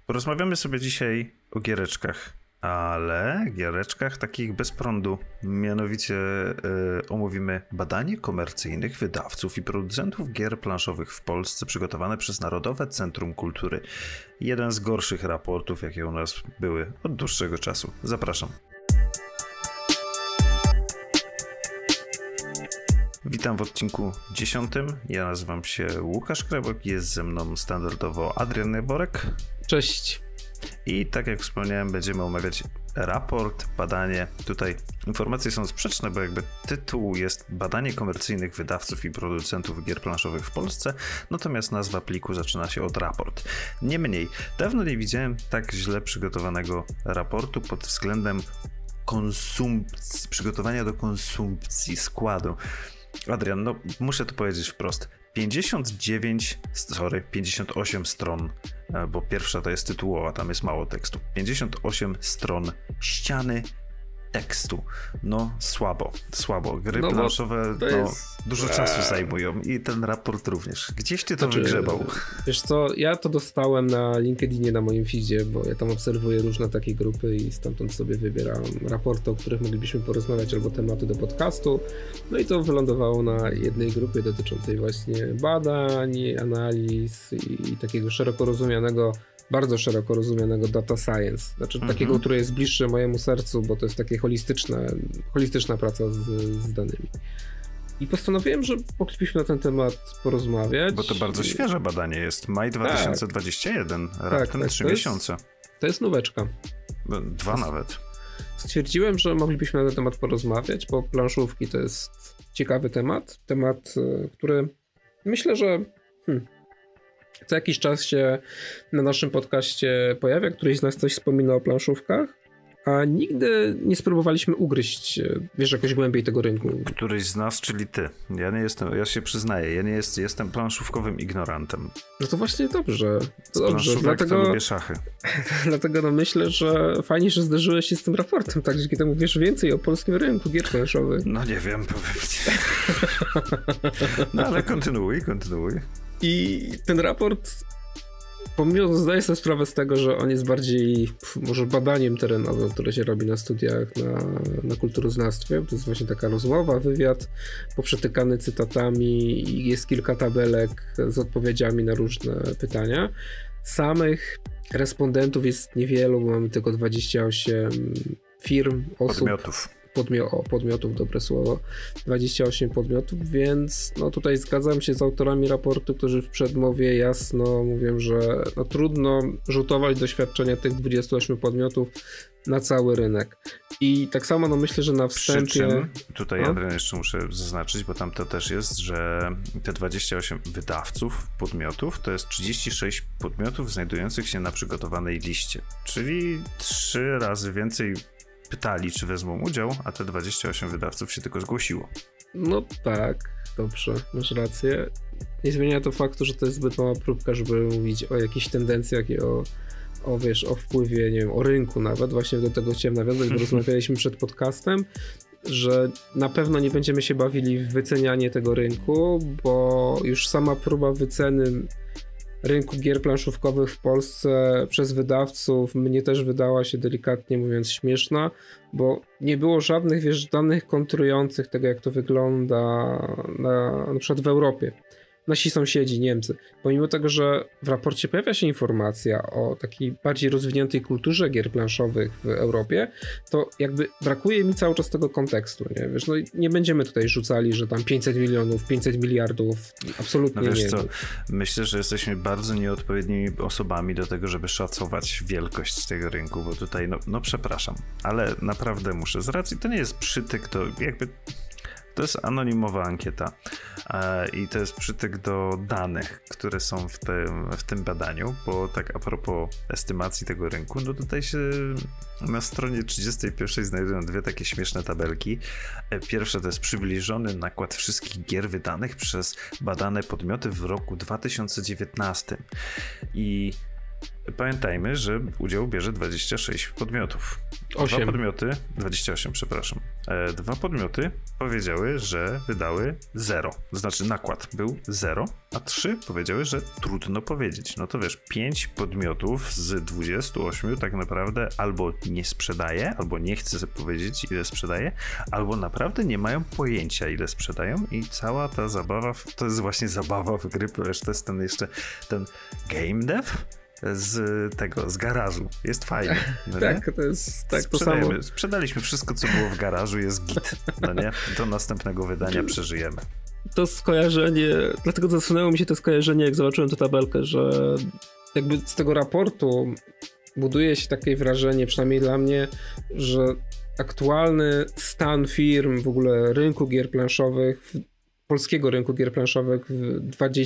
Porozmawiamy sobie dzisiaj o giereczkach, ale giereczkach takich bez prądu. Mianowicie omówimy badanie komercyjnych wydawców i producentów gier planszowych w Polsce przygotowane przez Narodowe Centrum Kultury. Jeden z gorszych raportów, jakie u nas były od dłuższego czasu. Zapraszam. Witam w odcinku 10. Ja nazywam się Łukasz Krebok, jest ze mną standardowo Adrian Jaworek. Cześć. I tak jak wspomniałem, będziemy omawiać raport, badanie. Tutaj informacje są sprzeczne, bo jakby tytuł jest Badanie komercyjnych wydawców i producentów gier planszowych w Polsce, natomiast nazwa pliku zaczyna się od raport. Niemniej, dawno nie widziałem tak źle przygotowanego raportu pod względem konsumpcji, przygotowania do konsumpcji składu. Adrian, no muszę to powiedzieć wprost. 58 stron, bo pierwsza to jest tytułowa, tam jest mało tekstu. 58 stron ściany tekstu. No słabo. Gry planszowe dużo czasu zajmują i ten raport również. Gdzieś ty to wygrzebał. Wiesz co, ja to dostałem na LinkedInie na moim feedzie, bo ja tam obserwuję różne takie grupy i stamtąd sobie wybieram raporty, o których moglibyśmy porozmawiać, albo tematy do podcastu. No i to wylądowało na jednej grupie dotyczącej właśnie badań, analiz i takiego bardzo szeroko rozumianego data science, znaczy takiego, które jest bliższe mojemu sercu, bo to jest takie holistyczna praca z danymi. I postanowiłem, że moglibyśmy na ten temat porozmawiać. Bo to bardzo świeże badanie jest, maj 2021, raptem 3 miesiące. To jest nóweczka. 2 nawet. Stwierdziłem, że moglibyśmy na ten temat porozmawiać, bo planszówki to jest ciekawy temat, który myślę, że co jakiś czas się na naszym podcaście pojawia, któryś z nas coś wspomina o planszówkach, a nigdy nie spróbowaliśmy ugryźć, jakoś głębiej tego rynku. Któryś z nas, czyli ty. Ja się przyznaję, jestem planszówkowym ignorantem. No to właśnie dobrze. Dlatego lubię szachy. Dlatego myślę, że fajnie, że zderzyłeś się z tym raportem, tak, dzięki temu wiesz więcej o polskim rynku gier planszowych. No nie wiem, powiedzieć. No ale kontynuuj. I ten raport, pomimo zdaję sobie sprawę z tego, że on jest bardziej może badaniem terenowym, które się robi na studiach na kulturoznawstwie, to jest właśnie taka rozmowa, wywiad poprzetykany cytatami i jest kilka tabelek z odpowiedziami na różne pytania. Samych respondentów jest niewielu, bo mamy tylko 28 firm, osób. Podmiotów, dobre słowo, 28 podmiotów, więc no tutaj zgadzam się z autorami raportu, którzy w przedmowie jasno mówią, że no trudno rzutować doświadczenia tych 28 podmiotów na cały rynek. I tak samo myślę, że na wstępie... Przy czym, tutaj Adrian jeszcze muszę zaznaczyć, bo tam to też jest, że te 28 wydawców, podmiotów, to jest 36 podmiotów znajdujących się na przygotowanej liście, czyli 3 razy więcej pytali, czy wezmą udział, a te 28 wydawców się tylko zgłosiło. No tak, dobrze, masz rację. Nie zmienia to faktu, że to jest zbyt mała próbka, żeby mówić o jakichś tendencjach i o wpływie, nie wiem, o rynku nawet. Właśnie do tego chciałem nawiązać, bo rozmawialiśmy przed podcastem, że na pewno nie będziemy się bawili w wycenianie tego rynku, bo już sama próba wyceny rynku gier planszówkowych w Polsce przez wydawców mnie też wydała się, delikatnie mówiąc, śmieszna, bo nie było żadnych, danych kontrujących tego, jak to wygląda na przykład w Europie. Nasi sąsiedzi, Niemcy. Pomimo tego, że w raporcie pojawia się informacja o takiej bardziej rozwiniętej kulturze gier planszowych w Europie, to jakby brakuje mi cały czas tego kontekstu, nie? Wiesz, no nie będziemy tutaj rzucali, że tam 500 milionów, 500 miliardów, absolutnie nie. No wiesz co, myślę, że jesteśmy bardzo nieodpowiednimi osobami do tego, żeby szacować wielkość tego rynku, bo tutaj, no przepraszam, ale naprawdę muszę, z racji, to nie jest przytyk, to jakby... To jest anonimowa ankieta i to jest przytyk do danych, które są w tym badaniu, bo tak a propos estymacji tego rynku, no tutaj się na stronie 31 znajdują 2 takie śmieszne tabelki. Pierwsza to jest przybliżony nakład wszystkich gier wydanych przez badane podmioty w roku 2019 i Pamiętajmy, że udział bierze 26 podmiotów. 8. 28, przepraszam. 2 podmioty powiedziały, że wydały 0. To znaczy nakład był 0, a 3 powiedziały, że trudno powiedzieć. No to wiesz, 5 podmiotów z 28 tak naprawdę albo nie sprzedaje, albo nie chce sobie powiedzieć, ile sprzedaje, albo naprawdę nie mają pojęcia, ile sprzedają i cała ta zabawa, to jest właśnie zabawa w gry, wiesz, to jest ten game dev z garażu. Jest fajnie. No tak, to jest tak to samo. Sprzedaliśmy wszystko, co było w garażu, jest git. No nie? Do następnego wydania przeżyjemy. To skojarzenie, dlatego zasunęło mi się to skojarzenie, jak zobaczyłem tę tabelkę, że jakby z tego raportu buduje się takie wrażenie, przynajmniej dla mnie, że aktualny stan firm, w ogóle rynku gier planszowych, polskiego rynku gier planszowych w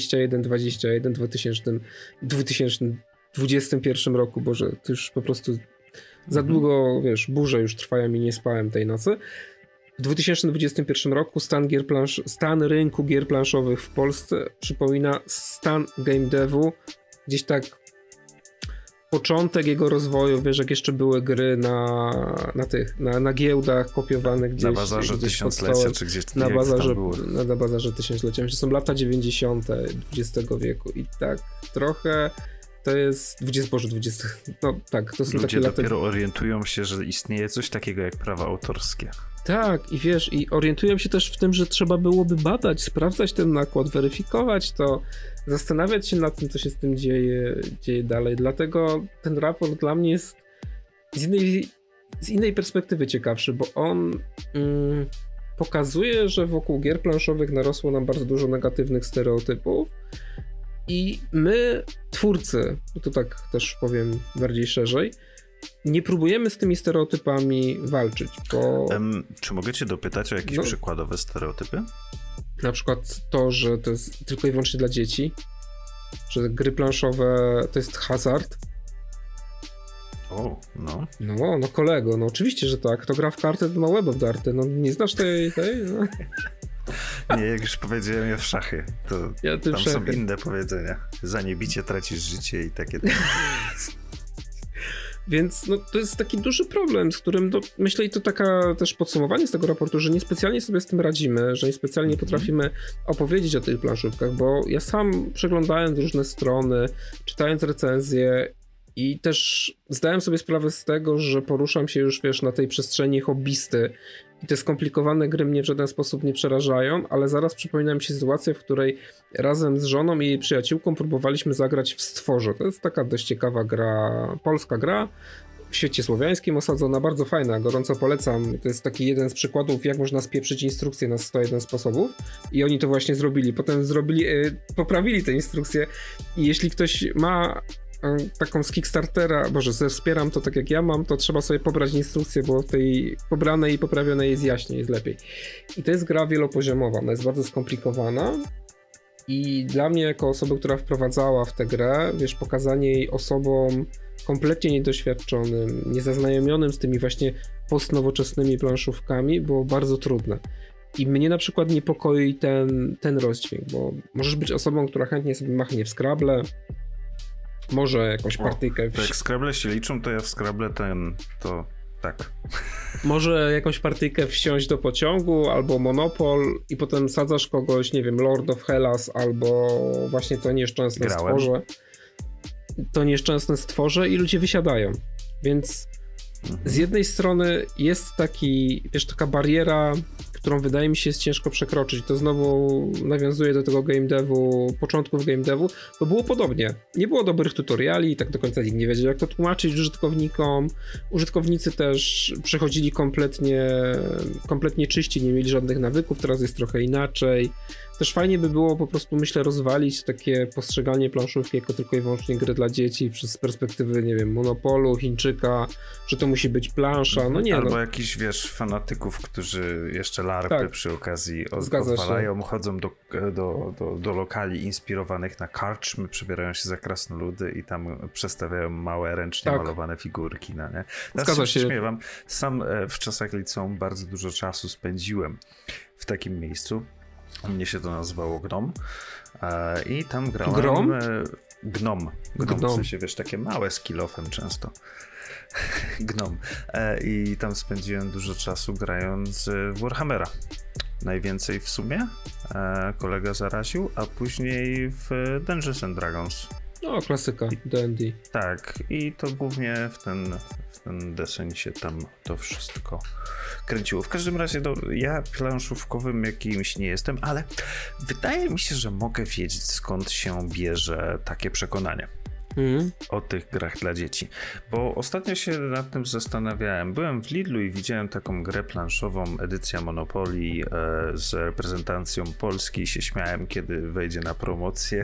2021 roku, Boże, to już po prostu za długo, wiesz, burze już trwają i nie spałem tej nocy. W 2021 roku stan rynku gier planszowych w Polsce przypomina stan game devu, gdzieś tak początek jego rozwoju, wiesz, jak jeszcze były gry na giełdach kopiowane gdzieś. Na bazarze tysiąclecia, czy gdzieś na bazarze tysiąclecia. To są lata 90. XX wieku i tak trochę to jest 20. No tak, to są ludzie takie lata. dopiero orientują się, że istnieje coś takiego jak prawa autorskie. Tak, i wiesz, i orientują się też w tym, że trzeba byłoby badać, sprawdzać ten nakład, weryfikować to, zastanawiać się nad tym, co się z tym dzieje dalej. Dlatego ten raport dla mnie jest z innej perspektywy ciekawszy, bo on pokazuje, że wokół gier planszowych narosło nam bardzo dużo negatywnych stereotypów i my, twórcy, to tak też powiem bardziej szerzej, nie próbujemy z tymi stereotypami walczyć, bo... Czy mogę cię dopytać o jakieś przykładowe stereotypy? Na przykład to, że to jest tylko i wyłącznie dla dzieci, że gry planszowe to jest hazard. O, no. No kolego, no oczywiście, że tak. Kto gra w karty, to ma łeb obdarty. No nie znasz tej? No. Nie, jak już powiedziałem, ja w szachy. To tam szachy. Są inne powiedzenia. Za niebicie tracisz życie i takie... Więc no, to jest taki duży problem, z którym myślę, i to taka też podsumowanie z tego raportu, że niespecjalnie sobie z tym radzimy, że niespecjalnie potrafimy opowiedzieć o tych planszówkach, bo ja sam przeglądając różne strony, czytając recenzje i też zdałem sobie sprawę z tego, że poruszam się już, wiesz, na tej przestrzeni hobbysty i te skomplikowane gry mnie w żaden sposób nie przerażają, ale zaraz przypomina mi się sytuacja, w której razem z żoną i jej przyjaciółką próbowaliśmy zagrać w Stworze. To jest taka dość ciekawa gra, polska gra, w świecie słowiańskim osadzona, bardzo fajna, gorąco polecam. To jest taki jeden z przykładów, jak można spieprzyć instrukcję na 101 sposobów i oni to właśnie zrobili. Potem poprawili te instrukcje i jeśli ktoś ma taką z Kickstartera, wspieram to tak jak ja mam, to trzeba sobie pobrać instrukcję, bo w tej pobranej i poprawionej jest jaśniej, jest lepiej. I to jest gra wielopoziomowa, ona jest bardzo skomplikowana i dla mnie jako osoby, która wprowadzała w tę grę, wiesz, pokazanie jej osobom kompletnie niedoświadczonym, niezaznajomionym z tymi właśnie postnowoczesnymi planszówkami było bardzo trudne. I mnie na przykład niepokoi ten rozdźwięk, bo możesz być osobą, która chętnie sobie machnie w Scrabble, może jakąś partyjkę... Jak Scrabble się liczą, to ja w Scrabble to tak. Może jakąś partyjkę wsiąść do pociągu, albo Monopol i potem sadzasz kogoś, nie wiem, Lord of Hellas, albo właśnie to nieszczęsne stworze. To nieszczęsne stworze i ludzie wysiadają. Więc z jednej strony jest taka bariera, którą wydaje mi się jest ciężko przekroczyć. To znowu nawiązuje do tego game devu, początków game devu, bo było podobnie. Nie było dobrych tutoriali, tak do końca nikt nie wiedział, jak to tłumaczyć użytkownikom. Użytkownicy też przechodzili kompletnie czyści, nie mieli żadnych nawyków, teraz jest trochę inaczej. Też fajnie by było po prostu, myślę, rozwalić takie postrzeganie planszówki jako tylko i wyłącznie gry dla dzieci przez perspektywy, nie wiem, Monopolu, Chińczyka, że to musi być plansza, no nie. Albo jakichś, wiesz, fanatyków, którzy jeszcze larpy przy okazji odwalają, chodzą do lokali inspirowanych na karczmy, przebierają się za krasnoludy i tam przestawiają małe, ręcznie malowane figurki, no nie? Zgadza się. Śmiewam. Sam w czasach liceum bardzo dużo czasu spędziłem w takim miejscu. U mnie się to nazywało Grom i tam grałem... Grom? Gnom. W sensie, wiesz, takie małe z kill-offem często. Gnom. I tam spędziłem dużo czasu grając w Warhammera. Najwięcej w sumie kolega zaraził, a później w Dungeons and Dragons. No, klasyka, D&D. Tak, i to głównie w ten deseń się tam to wszystko kręciło. W każdym razie ja planszówkowym jakimś nie jestem, ale wydaje mi się, że mogę wiedzieć, skąd się bierze takie przekonanie o tych grach dla dzieci. Bo ostatnio się nad tym zastanawiałem. Byłem w Lidlu i widziałem taką grę planszową, edycja Monopoly z reprezentacją Polski i się śmiałem, kiedy wejdzie na promocję.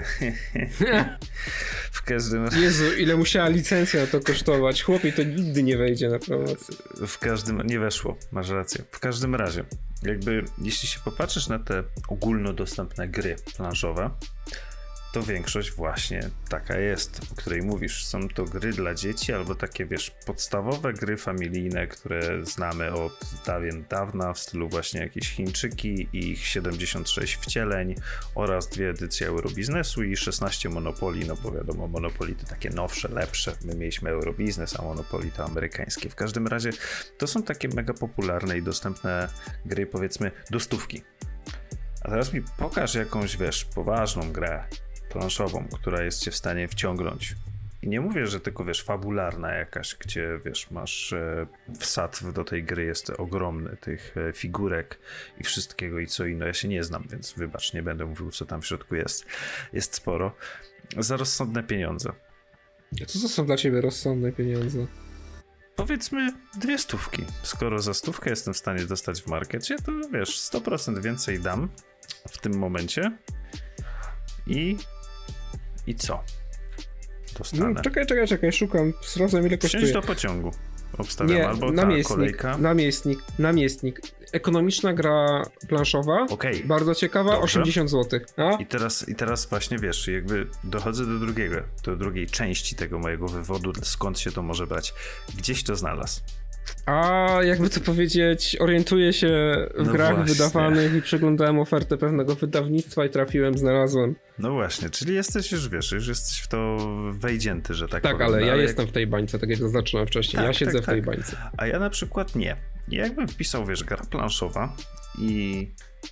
W każdym razie... Jezu, ile musiała licencja na to kosztować. Chłopie, to nigdy nie wejdzie na promocję. Nie weszło, masz rację. W każdym razie, jakby jeśli się popatrzysz na te ogólnodostępne gry planszowe, to większość właśnie taka jest, o której mówisz. Są to gry dla dzieci albo takie, wiesz, podstawowe gry familijne, które znamy od dawien dawna, w stylu właśnie jakieś Chińczyki i ich 76 wcieleń oraz 2 edycje Eurobiznesu i 16 Monopoly, no bo wiadomo, Monopoly to takie nowsze, lepsze. My mieliśmy Eurobiznes, a Monopoly to amerykańskie. W każdym razie to są takie mega popularne i dostępne gry, powiedzmy, do stówki. A teraz mi pokaż jakąś, wiesz, poważną grę planszową, która jest cię w stanie wciągnąć. I nie mówię, że tylko, wiesz, fabularna jakaś, gdzie, wiesz, masz wsad do tej gry jest ogromny, tych figurek i wszystkiego i co innego. Ja się nie znam, więc wybacz, nie będę mówił, co tam w środku jest. Jest sporo. Za rozsądne pieniądze. A co to są dla ciebie rozsądne pieniądze? Powiedzmy 200. Skoro za 100 jestem w stanie dostać w markecie, to wiesz, 100% więcej dam w tym momencie. I co? Dostanę. No, czekaj, szukam, sprawdzam ile kosztuje. Wsiąść do pociągu. Obstawiam, albo kolejka. Namiestnik. Ekonomiczna gra planszowa, bardzo ciekawa, dobrze. 80 zł. A? I teraz właśnie, wiesz, jakby dochodzę do drugiej części tego mojego wywodu, skąd się to może brać. Gdzieś to znalazł. A jakby to powiedzieć, orientuję się w grach właśnie wydawanych i przeglądałem ofertę pewnego wydawnictwa i znalazłem. No właśnie, czyli jesteś już, wiesz, już jesteś w to wejdzięty, że tak powiem. Tak, ale ja jestem w tej bańce, tak jak zaznaczyłem wcześniej, ja siedzę w tej bańce. A ja na przykład nie. Jakbym wpisał, wiesz, gra planszowa i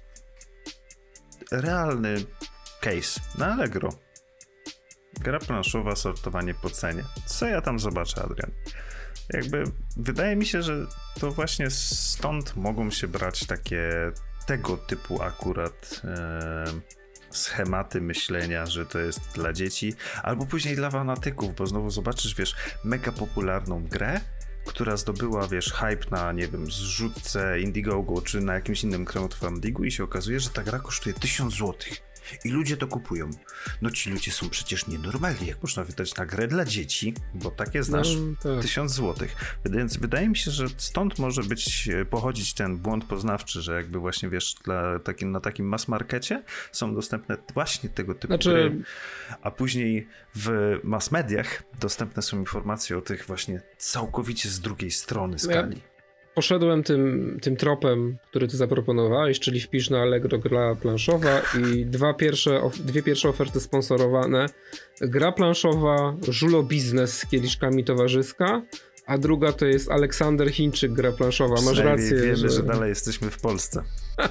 realny case na Allegro. Gra planszowa, sortowanie po cenie. Co ja tam zobaczę, Adrian? Jakby wydaje mi się, że to właśnie stąd mogą się brać tego typu akurat schematy myślenia, że to jest dla dzieci, albo później dla fanatyków, bo znowu zobaczysz, wiesz, mega popularną grę, która zdobyła, wiesz, hype na, nie wiem, zrzutce Indiegogo, czy na jakimś innym crowdfundingu i się okazuje, że ta gra kosztuje 1000 zł. I ludzie to kupują. No ci ludzie są przecież nienormalni, jak można wydać na grę dla dzieci, bo takie znasz, 1000 zł. Więc wydaje mi się, że stąd może pochodzić ten błąd poznawczy, że jakby właśnie, wiesz, na takim mass markecie są dostępne właśnie tego typu gry, a później w mass mediach dostępne są informacje o tych właśnie całkowicie z drugiej strony skali. Poszedłem tym tropem, który ty zaproponowałeś, czyli wpisz na Allegro gra planszowa i dwie pierwsze oferty sponsorowane. Gra planszowa Żulo Biznes z kieliszkami towarzyska, a druga to jest Aleksander Chińczyk, gra planszowa. Masz rację, wiemy, że dalej jesteśmy w Polsce.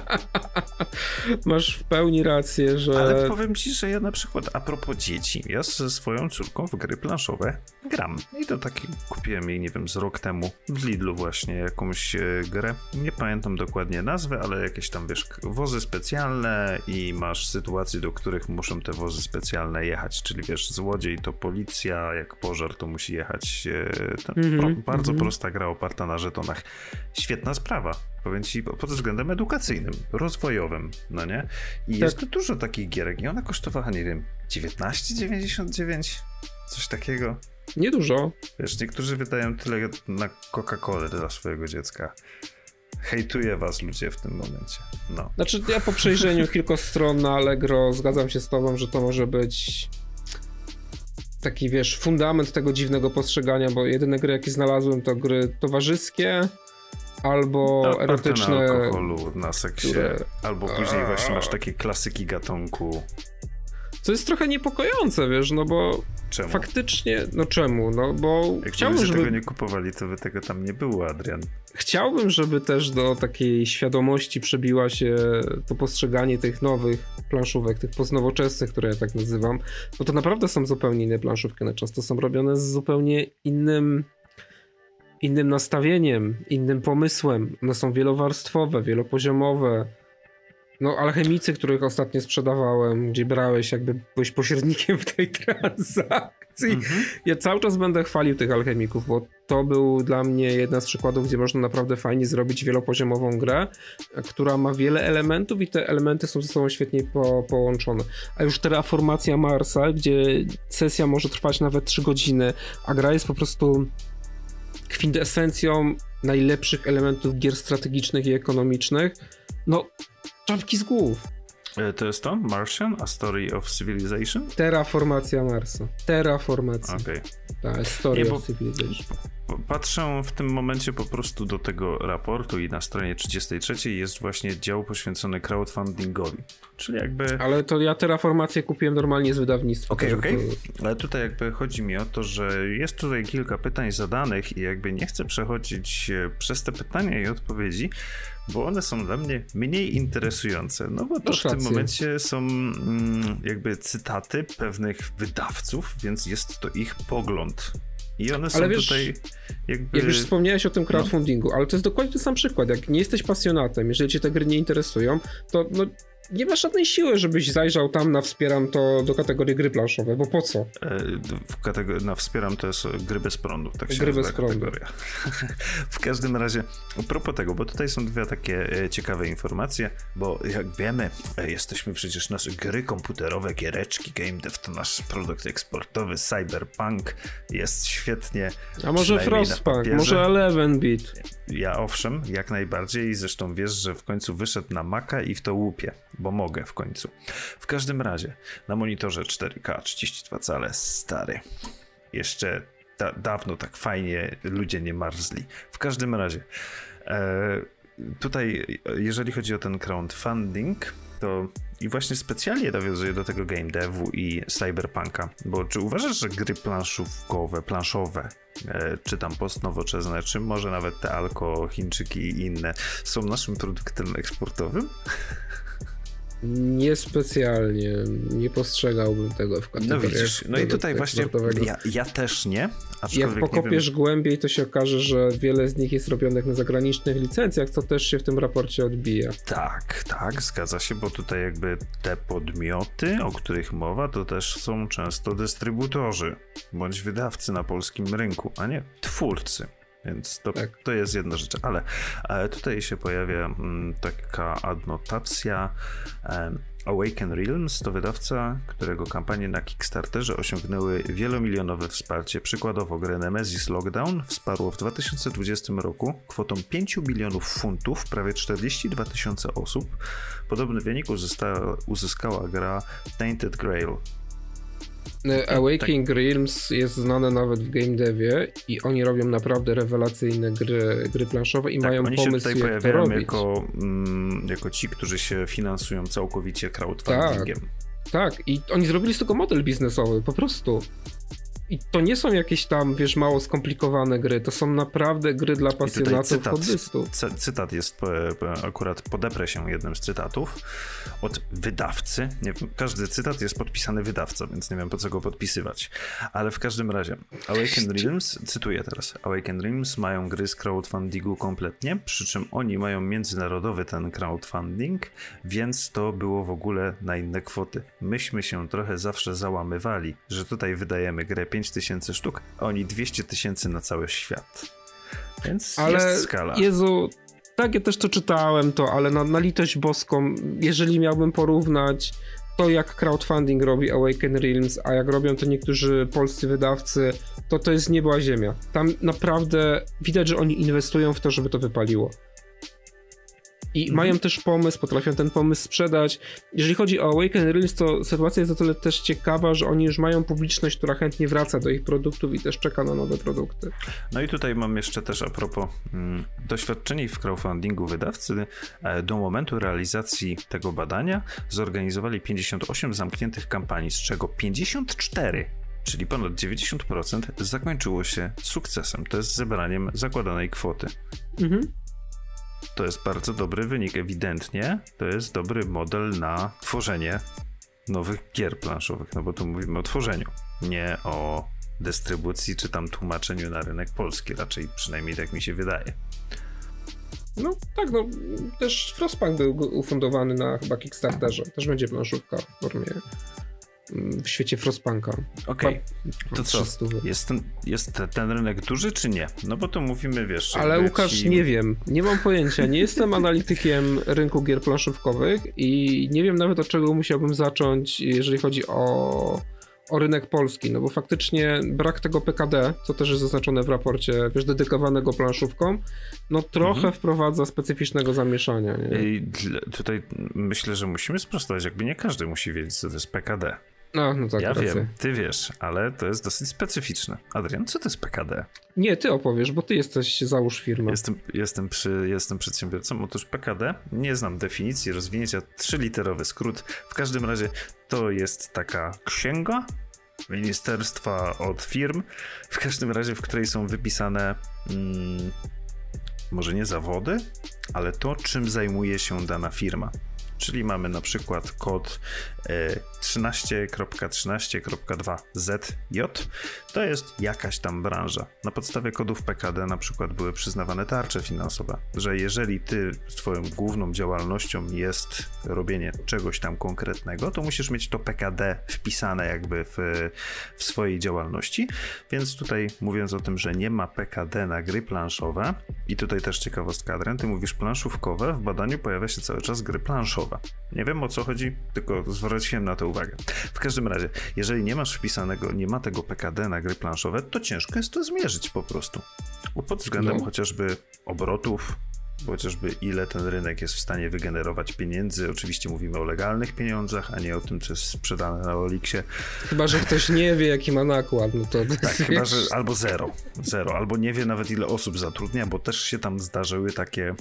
Masz w pełni rację, że... Ale powiem ci, że ja na przykład a propos dzieci, ja ze swoją córką w gry planszowe gram. I to taki kupiłem jej, nie wiem, z rok temu w Lidlu właśnie jakąś grę. Nie pamiętam dokładnie nazwy, ale jakieś tam, wiesz, wozy specjalne i masz sytuacje, do których muszą te wozy specjalne jechać. Czyli, wiesz, złodziej to policja, jak pożar to musi jechać. Bardzo prosta gra oparta na żetonach. Świetna sprawa. Powiem ci, pod względem edukacyjnym, rozwojowym, no nie? I jest dużo takich gierek i ona kosztowała, nie wiem, 19,99? Coś takiego. Niedużo. Wiesz, niektórzy wydają tyle na Coca-Colę dla swojego dziecka. Hejtuję was, ludzie, w tym momencie. No. Znaczy, ja po przejrzeniu kilku stron na Allegro zgadzam się z tobą, że to może być taki, wiesz, fundament tego dziwnego postrzegania, bo jedyne gry, jakie znalazłem, to gry towarzyskie, albo erotyczne... na alkoholu, na seksie, albo później właśnie masz takie klasyki gatunku. Co jest trochę niepokojące, wiesz, no bo Czemu? faktycznie, no czemu? No bo Jak chciałbym, żeby... tego nie kupowali, to by tego tam nie było, Adrian. Chciałbym, żeby też do takiej świadomości przebiła się to postrzeganie tych nowych planszówek, tych postnowoczesnych, które ja tak nazywam, bo to naprawdę są zupełnie inne planszówki, one często są robione z zupełnie innym nastawieniem, innym pomysłem. One są wielowarstwowe, wielopoziomowe. No, alchemicy, których ostatnio sprzedawałem, gdzie byłeś pośrednikiem w tej transakcji. Ja cały czas będę chwalił tych alchemików, bo to był dla mnie jeden z przykładów, gdzie można naprawdę fajnie zrobić wielopoziomową grę, która ma wiele elementów i te elementy są ze sobą świetnie połączone. A już terraformacja Marsa, gdzie sesja może trwać nawet 3 godziny, a gra jest po prostu kwintesencją najlepszych elementów gier strategicznych i ekonomicznych, no czapki z głów. To jest to? Martian? A Story of Civilization? Terraformacja Marsa. Terraformacja. Okej. Tak, Story of Civilization. Patrzę w tym momencie po prostu do tego raportu i na stronie 33 jest właśnie dział poświęcony crowdfundingowi. Czyli jakby... Ale to ja Terraformację kupiłem normalnie z wydawnictwa. Okej. Ale tutaj jakby chodzi mi o to, że jest tutaj kilka pytań zadanych i jakby nie chcę przechodzić przez te pytania i odpowiedzi, bo one są dla mnie mniej interesujące. No bo to w tym momencie są jakby cytaty pewnych wydawców, więc jest to ich pogląd. I one są tutaj jakby... Jak już wspomniałeś o tym crowdfundingu, ale to jest dokładnie ten sam przykład. Jak nie jesteś pasjonatem, jeżeli cię te gry nie interesują, to nie ma żadnej siły, żebyś zajrzał tam na wspieram to do kategorii gry planszowe, bo po co? Na wspieram to jest gry bez prądu, tak się gry nazywa bez prądu. kategoria. W każdym razie, a propos tego, bo tutaj są dwie takie ciekawe informacje, bo jak wiemy, jesteśmy przecież nasze gry komputerowe, giereczki, game dev to nasz produkt eksportowy, cyberpunk jest świetnie. A może Frostpunk, może 11-bit. Ja owszem, jak najbardziej i zresztą wiesz, że w końcu wyszedł na Maca i w to łupię, bo mogę w końcu. W każdym razie, na monitorze 4K 32 cale, stary. Jeszcze dawno tak fajnie ludzie nie marzli. W każdym razie, tutaj jeżeli chodzi o ten crowdfunding, to i właśnie specjalnie nawiązuję do tego game devu i cyberpunka, bo czy uważasz, że gry planszowe, czy tam postnowoczesne, czy może nawet te alko, Chińczyki i inne, są naszym produktem eksportowym? Niespecjalnie, nie postrzegałbym tego w kategorii. No widzisz, no i tutaj właśnie ja też nie. Jak pokopiesz głębiej, to się okaże, że wiele z nich jest robionych na zagranicznych licencjach, co też się w tym raporcie odbija. Tak, zgadza się, bo tutaj jakby te podmioty, o których mowa, to też są często dystrybutorzy, bądź wydawcy na polskim rynku, a nie twórcy. Więc to jest jedna rzecz, ale tutaj się pojawia taka adnotacja. Awaken Realms to wydawca, którego kampanie na Kickstarterze osiągnęły wielomilionowe wsparcie. Przykładowo grę Nemesis Lockdown wsparło w 2020 roku kwotą 5 milionów funtów, prawie 42 000 osób. Podobny wynik uzyskała gra Tainted Grail. Awakening Realms jest znane nawet w game devie i oni robią naprawdę rewelacyjne gry planszowe i mają pomysł, oni się tutaj jak to robić. jako ci, którzy się finansują całkowicie crowdfundingiem. Tak, i oni zrobili z tego model biznesowy, po prostu. I to nie są jakieś tam, wiesz, mało skomplikowane gry, to są naprawdę gry dla pasjonatów, hobbystów. Cytat jest, akurat podeprę się jednym z cytatów od wydawcy. Nie wiem, każdy cytat jest podpisany wydawcą, więc nie wiem po co go podpisywać. Ale w każdym razie, Awaken Realms, cytuję teraz, Awaken Realms mają gry z crowdfundingu kompletnie, przy czym oni mają międzynarodowy ten crowdfunding, więc to było w ogóle na inne kwoty. Myśmy się trochę zawsze załamywali, że tutaj wydajemy grę 5000 sztuk, a oni 200 000 na cały świat. Więc jest skala. Jezu, tak, ja też to czytałem, ale na litość boską, jeżeli miałbym porównać to, jak crowdfunding robi Awaken Realms, a jak robią to niektórzy polscy wydawcy, to jest niebo a ziemia. Tam naprawdę widać, że oni inwestują w to, żeby to wypaliło. I mają też pomysł, potrafią ten pomysł sprzedać. Jeżeli chodzi o Awaken Realms, to sytuacja jest o tyle też ciekawa, że oni już mają publiczność, która chętnie wraca do ich produktów i też czeka na nowe produkty. No i tutaj mam jeszcze też a propos doświadczeni w crowdfundingu wydawcy do momentu realizacji tego badania zorganizowali 58 zamkniętych kampanii, z czego 54, czyli ponad 90% zakończyło się sukcesem. To jest zebraniem zakładanej kwoty. To jest bardzo dobry wynik. Ewidentnie to jest dobry model na tworzenie nowych gier planszowych, no bo tu mówimy o tworzeniu, nie o dystrybucji czy tam tłumaczeniu na rynek polski, raczej przynajmniej tak mi się wydaje. No tak, no też Frostpunk był ufundowany na chyba Kickstarterze. Też będzie planszówka w formie w świecie Frostpunka. Okej, to co? Jest ten rynek duży czy nie? No bo to mówimy, wiesz... Ale Łukasz, nie wiem, nie mam pojęcia. Nie jestem analitykiem rynku gier planszówkowych i nie wiem nawet od czego musiałbym zacząć, jeżeli chodzi o rynek polski, no bo faktycznie brak tego PKD, co też jest zaznaczone w raporcie, wiesz, dedykowanego planszówkom, no trochę wprowadza specyficznego zamieszania. Nie? I tutaj myślę, że musimy sprostować, jakby nie każdy musi wiedzieć, co to jest PKD. No tak, ja racja. wiem, ty wiesz, ale to jest dosyć specyficzne. Adrian, co to jest PKD? Nie, ty opowiesz, bo ty jesteś, załóż firmę. Jestem przedsiębiorcą. Otóż PKD, nie znam definicji rozwinięcia, 3-literowy skrót. W każdym razie to jest taka księga ministerstwa od firm, w każdym razie, w której są wypisane może nie zawody, ale to, czym zajmuje się dana firma. Czyli mamy na przykład kod 13.13.2ZJ. To jest jakaś tam branża. Na podstawie kodów PKD na przykład były przyznawane tarcze finansowe, że jeżeli ty twoją główną działalnością jest robienie czegoś tam konkretnego, to musisz mieć to PKD wpisane jakby w swojej działalności. Więc tutaj mówiąc o tym, że nie ma PKD na gry planszowe, i tutaj też ciekawostka, Adrian, ty mówisz planszówkowe, w badaniu pojawia się cały czas gry planszowe. Nie wiem o co chodzi, tylko zwróciłem na to uwagę. W każdym razie, jeżeli nie masz wpisanego, nie ma tego PKD na gry planszowe, to ciężko jest to zmierzyć po prostu. Bo pod względem chociażby obrotów, chociażby ile ten rynek jest w stanie wygenerować pieniędzy. Oczywiście mówimy o legalnych pieniądzach, a nie o tym, co jest sprzedane na Oliksie. Chyba, że ktoś nie wie, jaki ma nakład, no to... Tak, chyba, że albo zero, albo nie wie nawet, ile osób zatrudnia, bo też się tam zdarzyły takie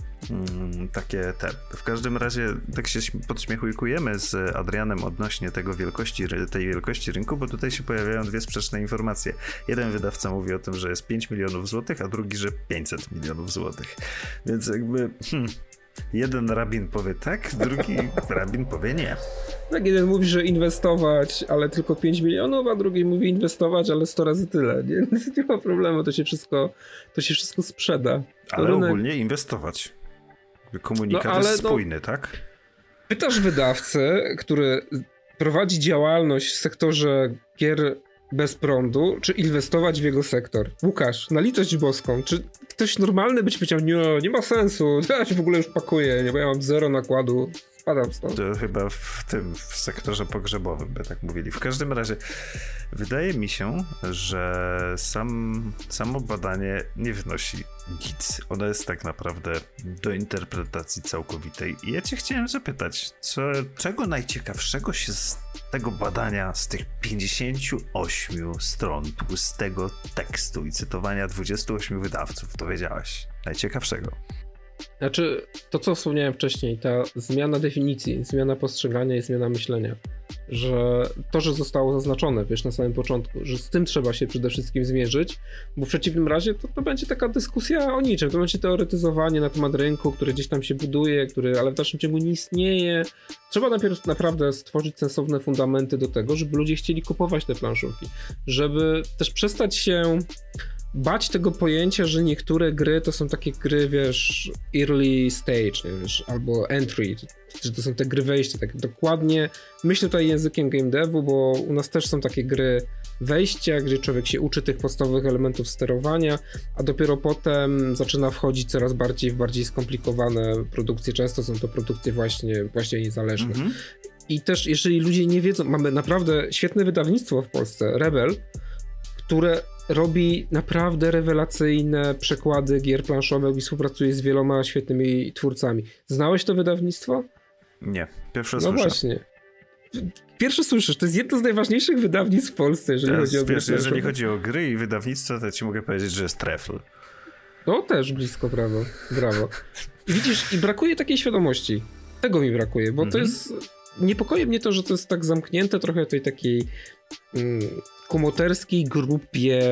W każdym razie tak się podśmiechujkujemy z Adrianem odnośnie tej wielkości rynku, bo tutaj się pojawiają dwie sprzeczne informacje. Jeden wydawca mówi o tym, że jest 5 milionów złotych, a drugi, że 500 milionów złotych. Więc jakby jeden rabin powie tak, drugi rabin powie nie. Tak, jeden mówi, że inwestować, ale tylko 5 milionów, a drugi mówi inwestować, ale 100 razy tyle. Nie ma problemu, to się wszystko sprzeda. Ale ogólnie inwestować. Komunikat jest spójny, tak? Pytasz wydawcę, który prowadzi działalność w sektorze gier bez prądu, czy inwestować w jego sektor? Łukasz, na litość boską, czy ktoś normalny by ci powiedział, nie ma sensu, ja się w ogóle już pakuję, bo ja mam zero nakładu, spadam stąd. To chyba w sektorze pogrzebowym by tak mówili. W każdym razie wydaje mi się, że samo badanie nie wnosi nic. Ono jest tak naprawdę do interpretacji całkowitej. I ja cię chciałem zapytać, czego najciekawszego się z tego badania, z tych 58 stron tłustego tekstu i cytowania 28 wydawców dowiedziałeś? Najciekawszego. Znaczy, to co wspomniałem wcześniej, ta zmiana definicji, zmiana postrzegania i zmiana myślenia, że to, że zostało zaznaczone, wiesz, na samym początku, że z tym trzeba się przede wszystkim zmierzyć, bo w przeciwnym razie to będzie taka dyskusja o niczym, to będzie teoretyzowanie na temat rynku, który gdzieś tam się buduje, ale w dalszym ciągu nie istnieje. Trzeba najpierw naprawdę stworzyć sensowne fundamenty do tego, żeby ludzie chcieli kupować te planszówki, żeby też przestać się bać tego pojęcia, że niektóre gry to są takie gry, wiesz, early stage, wiesz, albo entry, że to są te gry wejścia, tak dokładnie. Myślę tutaj językiem game devu, bo u nas też są takie gry wejścia, gdzie człowiek się uczy tych podstawowych elementów sterowania, a dopiero potem zaczyna wchodzić coraz bardziej w bardziej skomplikowane produkcje. Często są to produkcje właśnie niezależne. I też, jeżeli ludzie nie wiedzą, mamy naprawdę świetne wydawnictwo w Polsce, Rebel, które robi naprawdę rewelacyjne przekłady gier planszowych i współpracuje z wieloma świetnymi twórcami. Znałeś to wydawnictwo? Nie, pierwsze No słyszę. właśnie. Pierwsze słyszysz, to jest jedno z najważniejszych wydawnictw w Polsce, jeżeli chodzi o gry. Jeżeli chodzi o gry i wydawnictwo, to ci mogę powiedzieć, że jest Trefl. No też blisko, brawo. I widzisz, i brakuje takiej świadomości. Tego mi brakuje, bo to jest... Niepokoi mnie to, że to jest tak zamknięte trochę tej takiej kumoterskiej grupie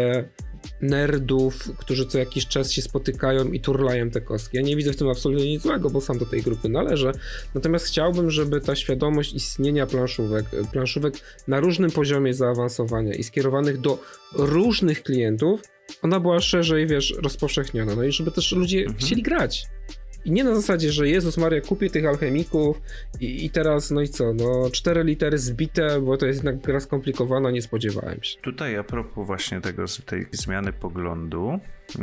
nerdów, którzy co jakiś czas się spotykają i turlają te kostki. Ja nie widzę w tym absolutnie nic złego, bo sam do tej grupy należę. Natomiast chciałbym, żeby ta świadomość istnienia planszówek na różnym poziomie zaawansowania i skierowanych do różnych klientów, ona była szerzej, rozpowszechniona. No i żeby też ludzie chcieli grać. I nie na zasadzie, że Jezus Maria, kupię tych alchemików i teraz, no i co, 4 litery zbite, bo to jest jednak gra skomplikowana, nie spodziewałem się. Tutaj a propos właśnie tej zmiany poglądu,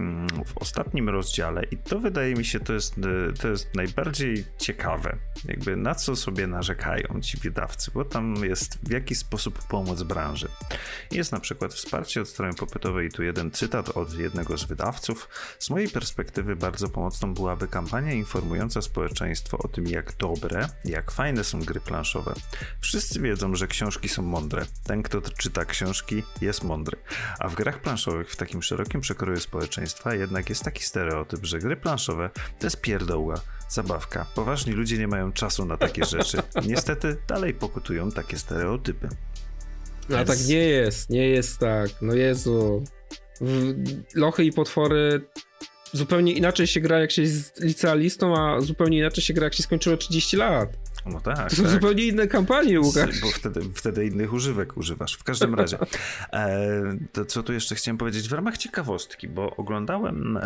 w ostatnim rozdziale, i to wydaje mi się, to jest najbardziej ciekawe, jakby na co sobie narzekają ci wydawcy, bo tam jest w jaki sposób pomóc branży. Jest na przykład wsparcie od strony popytowej i tu jeden cytat od jednego z wydawców. Z mojej perspektywy bardzo pomocną byłaby kampania informująca społeczeństwo o tym, jak dobre, jak fajne są gry planszowe. Wszyscy wiedzą, że książki są mądre. Ten, kto czyta książki, jest mądry. A w grach planszowych w takim szerokim przekroju społeczeństwa jednak jest taki stereotyp, że gry planszowe to jest pierdoła, zabawka. Poważni ludzie nie mają czasu na takie rzeczy. Niestety dalej pokutują takie stereotypy. No tak nie jest tak. No Jezu. Lochy i potwory zupełnie inaczej się gra, jak się jest licealistą, a zupełnie inaczej się gra, jak się skończyło 30 lat. No tak. To są zupełnie inne kampanie, Łukasz. Bo wtedy innych używek używasz. W każdym razie. To co tu jeszcze chciałem powiedzieć w ramach ciekawostki, bo oglądałem,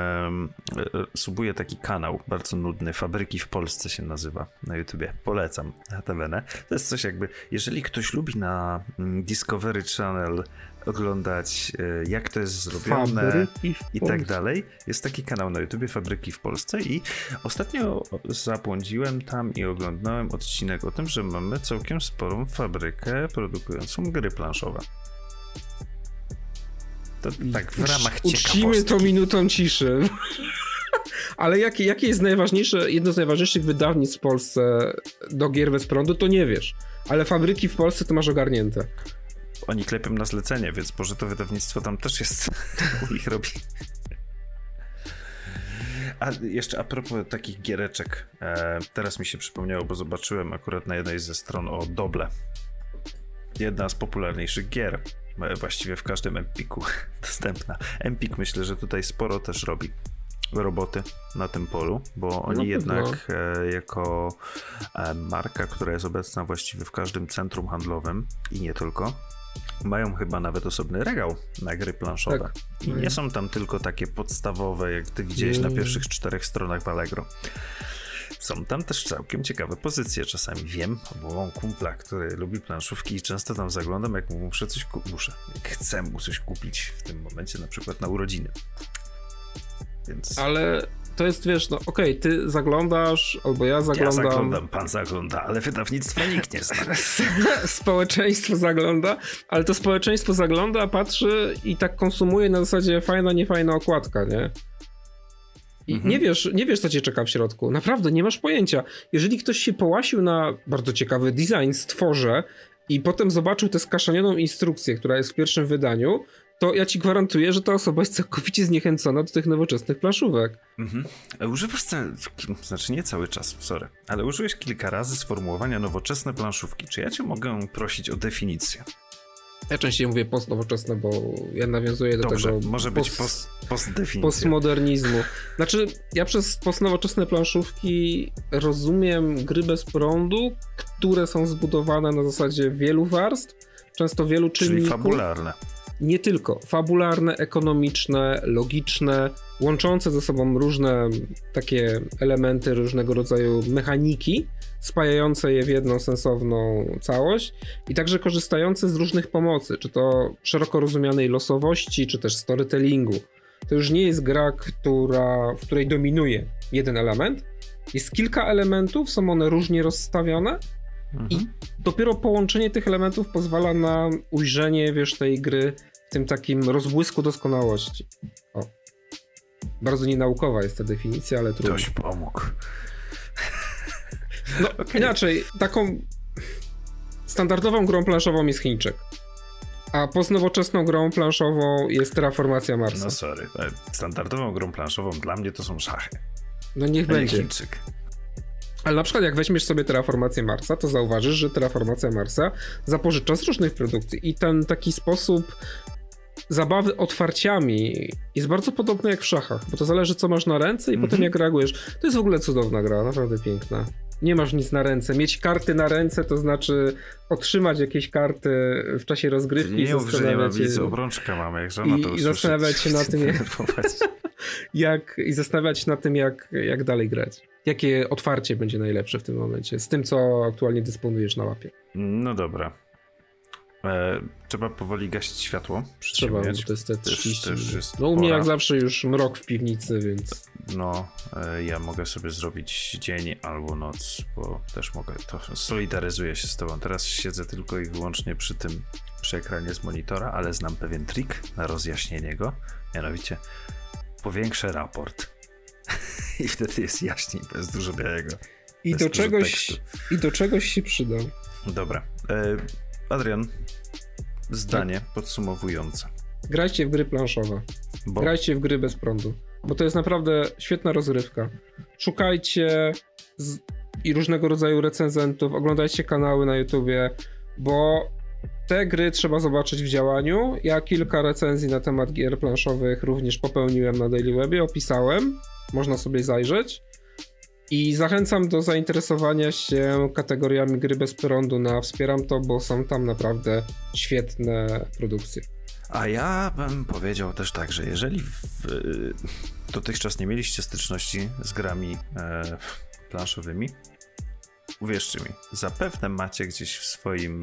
subuję taki kanał bardzo nudny, Fabryki w Polsce się nazywa na YouTubie. Polecam notabene. To jest coś jakby, jeżeli ktoś lubi na Discovery Channel oglądać, jak to jest zrobione i tak dalej. Jest taki kanał na YouTubie, Fabryki w Polsce, i ostatnio zabłądziłem tam i oglądałem odcinek o tym, że mamy całkiem sporą fabrykę produkującą gry planszowe. To tak w ramach ciekawostki. Uczcimy to minutą ciszy. Ale jakie jest jedno z najważniejszych wydawnictw w Polsce do gier bez prądu, to nie wiesz. Ale Fabryki w Polsce to masz ogarnięte. Oni klepią na zlecenie, więc może to wydawnictwo tam też jest u nich robi. A jeszcze a propos takich giereczek, teraz mi się przypomniało, bo zobaczyłem akurat na jednej ze stron o Doble. Jedna z popularniejszych gier, właściwie w każdym Empiku dostępna. Empik myślę, że tutaj sporo też robi roboty na tym polu, bo oni jednak jako marka, która jest obecna właściwie w każdym centrum handlowym i nie tylko, mają chyba nawet osobny regał na gry planszowe. Tak. I nie są tam tylko takie podstawowe, jak ty widziałeś na pierwszych 4 stronach w Allegro. Są tam też całkiem ciekawe pozycje. Czasami wiem, bo mam kumpla, który lubi planszówki i często tam zaglądam, jak mu jak chcę mu coś kupić w tym momencie, na przykład na urodziny. Więc... Ale to jest, okej, ty zaglądasz, albo ja zaglądam. Pan zagląda, ale wydawnictwa nikt nie zna. Społeczeństwo zagląda, ale to społeczeństwo zagląda, patrzy i tak konsumuje na zasadzie fajna, niefajna okładka, nie? I nie wiesz, co cię czeka w środku. Naprawdę, nie masz pojęcia. Jeżeli ktoś się połasił na bardzo ciekawy design, stworze i potem zobaczył tę skaszanioną instrukcję, która jest w pierwszym wydaniu, to ja ci gwarantuję, że ta osoba jest całkowicie zniechęcona do tych nowoczesnych planszówek. Używasz znaczy nie cały czas, sorry, ale użyłeś kilka razy sformułowania nowoczesne planszówki. Czy ja cię mogę prosić o definicję? Ja częściej mówię postnowoczesne, bo ja nawiązuję do tego... może być postdefinicja. Postmodernizmu. Znaczy, ja przez postnowoczesne planszówki rozumiem gry bez prądu, które są zbudowane na zasadzie wielu warstw, często wielu czynników. Czyli fabularne. Nie tylko. Fabularne, ekonomiczne, logiczne, łączące ze sobą różne takie elementy, różnego rodzaju mechaniki, spajające je w jedną sensowną całość i także korzystające z różnych pomocy, czy to szeroko rozumianej losowości, czy też storytellingu. To już nie jest gra, w której dominuje jeden element. Jest kilka elementów, są one różnie rozstawione i dopiero połączenie tych elementów pozwala na ujrzenie, tej gry w tym takim rozbłysku doskonałości. O. Bardzo nienaukowa jest ta definicja, ale trudno. Ktoś pomógł. No, inaczej, taką standardową grą planszową jest Chińczyk. A postnowoczesną grą planszową jest Terraformacja Marsa. No sorry, standardową grą planszową dla mnie to są szachy. No niech będzie. Chińczyk. Ale na przykład jak weźmiesz sobie Terraformację Marsa, to zauważysz, że Terraformacja Marsa zapożycza z różnych produkcji i ten taki sposób zabawy otwarciami jest bardzo podobny jak w szachach, bo to zależy co masz na ręce i potem jak reagujesz. To jest w ogóle cudowna gra, naprawdę piękna. Nie masz nic na ręce. Mieć karty na ręce to znaczy otrzymać jakieś karty w czasie rozgrywki. Nie mów, że nie ma widzę, obrączka mamy, jak żona to usłyszy. I zastanawiać się na tym, zastanawiać się nad tym, jak dalej grać. Jakie otwarcie będzie najlepsze w tym momencie, z tym, co aktualnie dysponujesz na łapie. No dobra. Trzeba powoli gasić światło. Trzeba, bo to jest te 30. Jest no u mnie jak zawsze już mrok w piwnicy, więc... No, ja mogę sobie zrobić dzień albo noc, bo też mogę, to solidaryzuję się z tobą. Teraz siedzę tylko i wyłącznie przy ekranie z monitora, ale znam pewien trik na rozjaśnienie go. Mianowicie powiększę raport. I wtedy jest jaśniej, bez dużo białego. I do czegoś się przyda. Dobra. Adrian, zdanie podsumowujące. Grajcie w gry planszowe. Grajcie w gry bez prądu. Bo to jest naprawdę świetna rozrywka. Szukajcie i różnego rodzaju recenzentów, oglądajcie kanały na YouTubie, bo te gry trzeba zobaczyć w działaniu. Ja kilka recenzji na temat gier planszowych również popełniłem na Daily Webie, opisałem. Można sobie zajrzeć. I zachęcam do zainteresowania się kategoriami gry bez prądu na Wspieram To, bo są tam naprawdę świetne produkcje. A ja bym powiedział też tak, że jeżeli dotychczas nie mieliście styczności z grami planszowymi, uwierzcie mi, zapewne macie gdzieś w swoim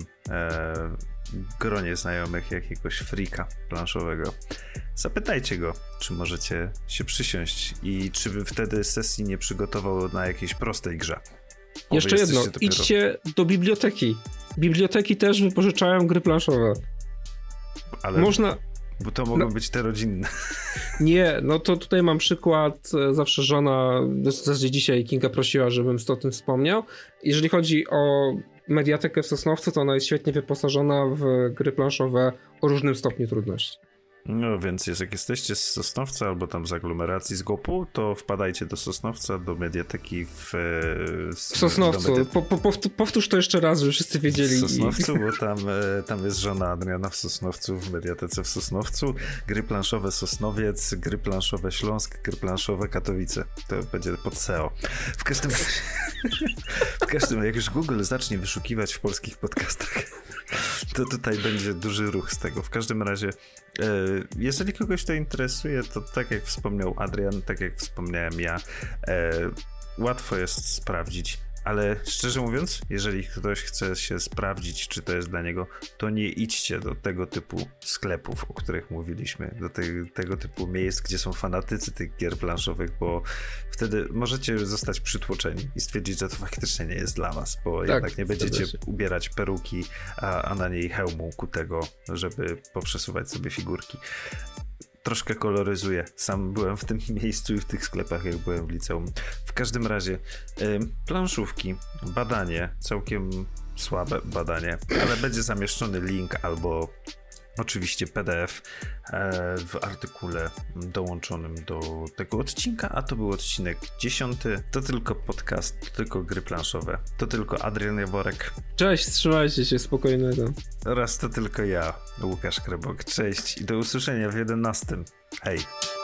gronie znajomych jakiegoś freaka planszowego. Zapytajcie go, czy możecie się przysiąść i czy by wtedy sesji nie przygotował na jakiejś prostej grze. Jeszcze jedno, idźcie do biblioteki. Biblioteki też wypożyczają gry planszowe. Ale można... Bo to mogą być te rodzinne. Nie, no to tutaj mam przykład, zawsze żona, w zasadzie dzisiaj Kinga prosiła, żebym o tym wspomniał. Jeżeli chodzi o mediatekę w Sosnowcu, to ona jest świetnie wyposażona w gry planszowe o różnym stopniu trudności. No więc jak jesteście z Sosnowca albo tam z aglomeracji z GOP-u, to wpadajcie do Sosnowca, do mediateki w Sosnowcu. Powtórz to jeszcze raz, żeby wszyscy wiedzieli. W Sosnowcu, bo tam jest żona Adriana w Sosnowcu, w mediatece w Sosnowcu. Gry planszowe Sosnowiec, gry planszowe Śląsk, gry planszowe Katowice. To będzie pod SEO. W każdym jak już Google zacznie wyszukiwać w polskich podcastach, to tutaj będzie duży ruch z tego. W każdym razie jeżeli kogoś to interesuje, to tak jak wspomniał Adrian, tak jak wspomniałem ja, łatwo jest sprawdzić, ale szczerze mówiąc, jeżeli ktoś chce się sprawdzić, czy to jest dla niego, to nie idźcie do tego typu sklepów, o których mówiliśmy, do tego typu miejsc, gdzie są fanatycy tych gier planszowych, bo wtedy możecie zostać przytłoczeni i stwierdzić, że to faktycznie nie jest dla was, bo tak, jednak nie będziecie ubierać peruki, a na niej hełmu kutego, żeby poprzesuwać sobie figurki. Troszkę koloryzuję. Sam byłem w tym miejscu i w tych sklepach, jak byłem w liceum. W każdym razie planszówki, badanie, całkiem słabe badanie, ale będzie zamieszczony link albo oczywiście PDF w artykule dołączonym do tego odcinka, a to był odcinek 10. To tylko podcast, to tylko gry planszowe, to tylko Adrian Jaworek. Cześć, trzymajcie się, spokojnego. Oraz to tylko ja, Łukasz Krebok. Cześć i do usłyszenia w 11. Hej.